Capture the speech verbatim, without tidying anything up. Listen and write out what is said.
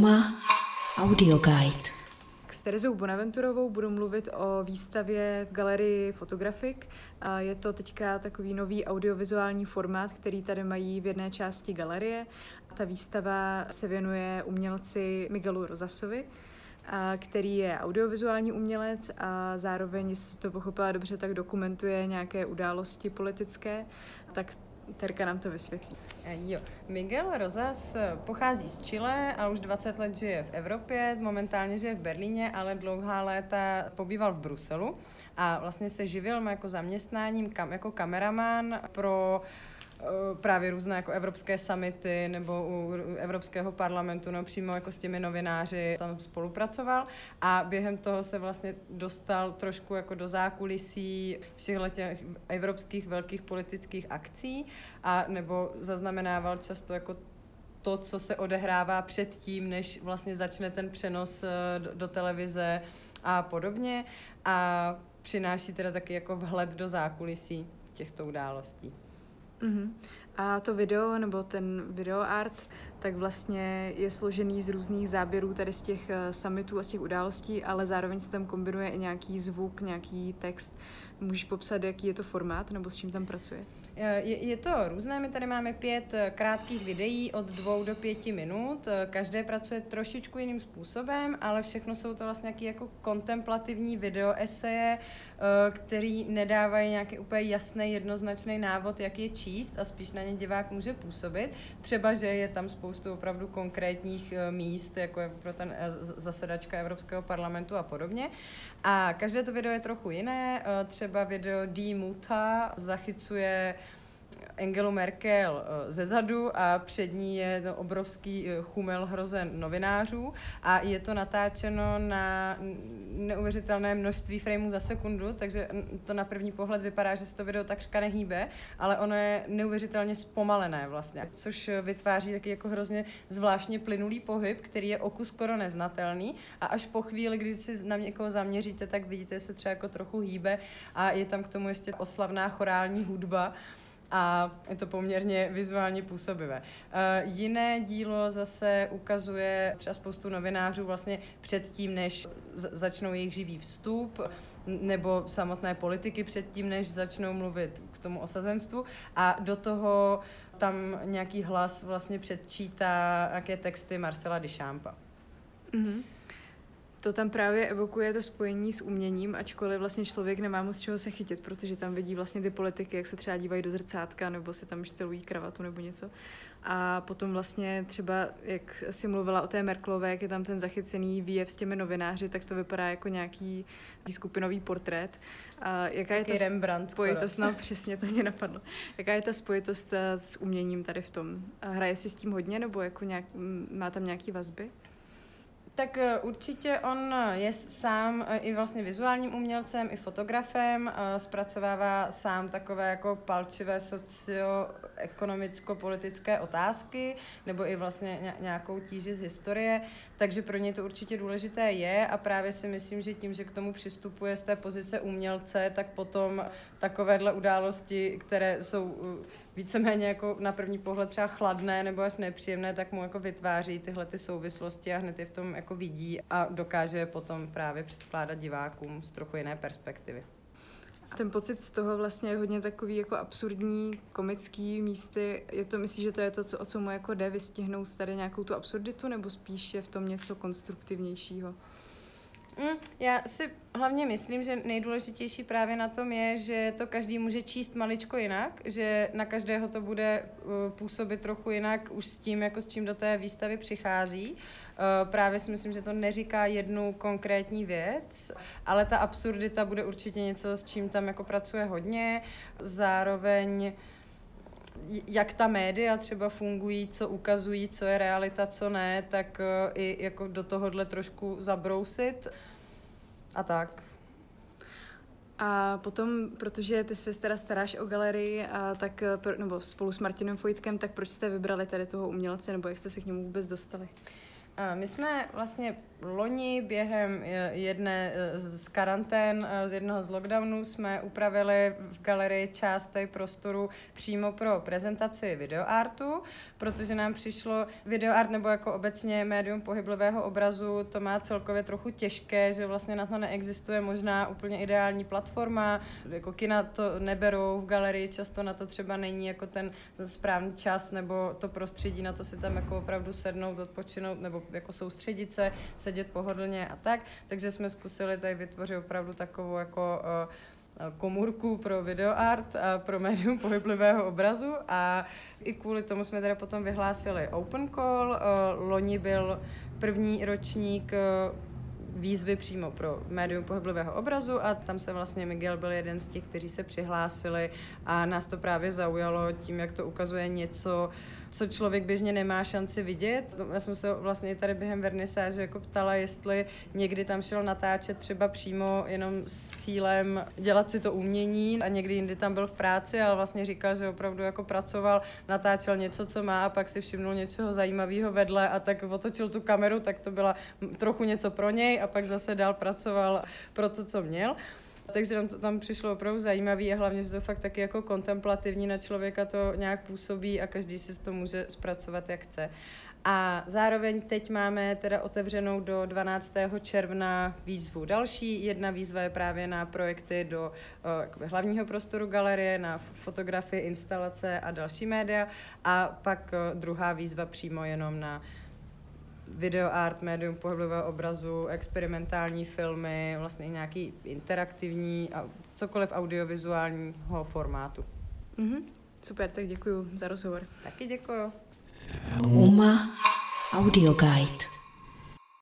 Trauma Audio Guide. S Terezou Bonaventurovou budu mluvit o výstavě v galerii Photographic. Je to teďka takový nový audiovizuální formát, který tady mají v jedné části galerie. Ta výstava se věnuje umělci Miguelu Rosasovi, který je audiovizuální umělec a zároveň, jestli to pochopila dobře, tak dokumentuje nějaké události politické. Tak Terka nám to vysvětlí. Jo. Miguel Rosas pochází z Chile a už dvacet let žije v Evropě, momentálně žije v Berlíně, ale dlouhá léta pobýval v Bruselu a vlastně se živil jako zaměstnáním kam, jako kameraman pro právě různé jako evropské summity nebo u Evropského parlamentu, no přímo jako s těmi novináři tam spolupracoval a během toho se vlastně dostal trošku jako do zákulisí všech těch evropských velkých politických akcí a nebo zaznamenával často jako to, co se odehrává předtím, než vlastně začne ten přenos do, do televize a podobně a přináší teda taky jako vhled do zákulisí těchto událostí. Uh-huh. A to video, nebo ten videoart, tak vlastně je složený z různých záběrů tady z těch summitů a z těch událostí, ale zároveň se tam kombinuje i nějaký zvuk, nějaký text. Můžeš popsat, jaký je to formát, nebo s čím tam pracuje? Je, je to různé, my tady máme pět krátkých videí od dvou do pěti minut, každé pracuje trošičku jiným způsobem, ale všechno jsou to vlastně nějaký jako kontemplativní video eseje, který nedávají nějaký úplně jasný, jednoznačný návod, jak je číst a spíš na ně divák může působit. Třeba, že je tam spoustu opravdu konkrétních míst, jako je pro ten zasedačka Evropského parlamentu a podobně. A každé to video je trochu jiné, třeba video Die Mutter zachycuje Angelu Merkel ze zadu a před ní je to obrovský chumel hrozen novinářů a je to natáčeno na neuvěřitelné množství frameů za sekundu, takže to na první pohled vypadá, že se to video takřka nehýbe, ale ono je neuvěřitelně zpomalené vlastně, což vytváří taky jako hrozně zvláštně plynulý pohyb, který je oku skoro neznatelný a až po chvíli, když si na někoho zaměříte, tak vidíte, že se třeba jako trochu hýbe a je tam k tomu ještě oslavná chorální hudba. A je to poměrně vizuálně působivé. Uh, jiné dílo zase ukazuje třeba spoustu novinářů vlastně předtím, než z- začnou jejich živý vstup, nebo samotné politiky předtím, než začnou mluvit k tomu osazenstvu a do toho tam nějaký hlas vlastně předčítá nějaké texty Marcela Duchampa. Mm-hmm. To tam právě evokuje to spojení s uměním, ačkoliv vlastně člověk nemá moc čeho se chytit, protože tam vidí vlastně ty politiky, jak se třeba dívají do zrcátka, nebo si tam štelují kravatu nebo něco. A potom vlastně třeba, jak si mluvila o té Merkelové, jak je tam ten zachycený výjev s těmi novináři, tak to vypadá jako nějaký skupinový portrét. A jaká je ta Rembrandt spojitost? No přesně, to mě napadlo. Jaká je ta spojitost s uměním tady v tom? A hraje si s tím hodně, nebo jako nějak, má tam nějaký vazby? Tak určitě on je sám i vlastně vizuálním umělcem, i fotografem, zpracovává sám takové jako palčivé socioekonomicko-politické otázky, nebo i vlastně nějakou tíži z historie, takže pro něj to určitě důležité je a právě si myslím, že tím, že k tomu přistupuje z té pozice umělce, tak potom takovéhle události, které jsou víceméně jako na první pohled třeba chladné nebo až nepříjemné, tak mu jako vytváří tyhle ty souvislosti a hned je v tom jako vidí a dokáže je potom právě předkládat divákům z trochu jiné perspektivy. Ten pocit z toho vlastně je hodně takový jako absurdní, komický místy. Je to, myslíš, že to je to, co, o co mu jako jde vystihnout tady nějakou tu absurditu, nebo spíš je v tom něco konstruktivnějšího? Mm, já si hlavně myslím, že nejdůležitější právě na tom je, že to každý může číst maličko jinak, že na každého to bude uh, působit trochu jinak už s tím, jako s čím do té výstavy přichází. Uh, právě si myslím, že to neříká jednu konkrétní věc, ale ta absurdita bude určitě něco, s čím tam jako pracuje hodně. Zároveň jak ta média třeba fungují, co ukazují, co je realita, co ne, tak uh, i jako do tohohle trošku zabrousit a tak. A potom, protože ty se teda staráš o galerii, a tak, nebo spolu s Martinem Fojtkem, tak proč jste vybrali tady toho umělce, nebo jak jste se k němu vůbec dostali? My jsme vlastně loni během jedné z karantén, z jednoho z lockdownů jsme upravili v galerii část té prostoru přímo pro prezentaci videoartu, protože nám přišlo videoart nebo jako obecně médium pohybového obrazu, to má celkově trochu těžké, že vlastně na to neexistuje možná úplně ideální platforma, jako kina to neberou v galerii, často na to třeba není jako ten, ten správný čas nebo to prostředí, na to si tam jako opravdu sednout, odpočinout nebo jako soustředit se, sedět pohodlně a tak, takže jsme zkusili tady vytvořit opravdu takovou jako uh, komůrku pro videoart a pro médium pohyblivého obrazu a i kvůli tomu jsme teda potom vyhlásili open call. Uh, loni byl první ročník uh, výzvy přímo pro médium pohyblivého obrazu a tam se vlastně Miguel byl jeden z těch, kteří se přihlásili a nás to právě zaujalo tím, jak to ukazuje něco, co člověk běžně nemá šanci vidět. Já jsem se vlastně tady během vernisáže jako ptala, jestli někdy tam šel natáčet třeba přímo jenom s cílem dělat si to umění a někdy jindy tam byl v práci, ale vlastně říkal, že opravdu jako pracoval, natáčel něco, co má a pak si všimnul něčeho zajímavého vedle a tak otočil tu kameru, tak to byla trochu něco pro něj a pak zase dál pracoval pro to, co měl. Takže nám to tam přišlo opravdu zajímavý a hlavně, že to fakt taky jako kontemplativní na člověka to nějak působí a každý si to může zpracovat, jak chce. A zároveň teď máme teda otevřenou do dvanáctého června výzvu další. Jedna výzva je právě na projekty do uh, hlavního prostoru galerie, na fotografii, instalace a další média. A pak uh, druhá výzva přímo jenom na videoart, médium pohybového obrazu, experimentální filmy, vlastně nějaký interaktivní a cokoliv audiovizuálního formátu. Mm-hmm. Super, tak děkuju za rozhovor. Taky děkuju. UMA Audio Guide.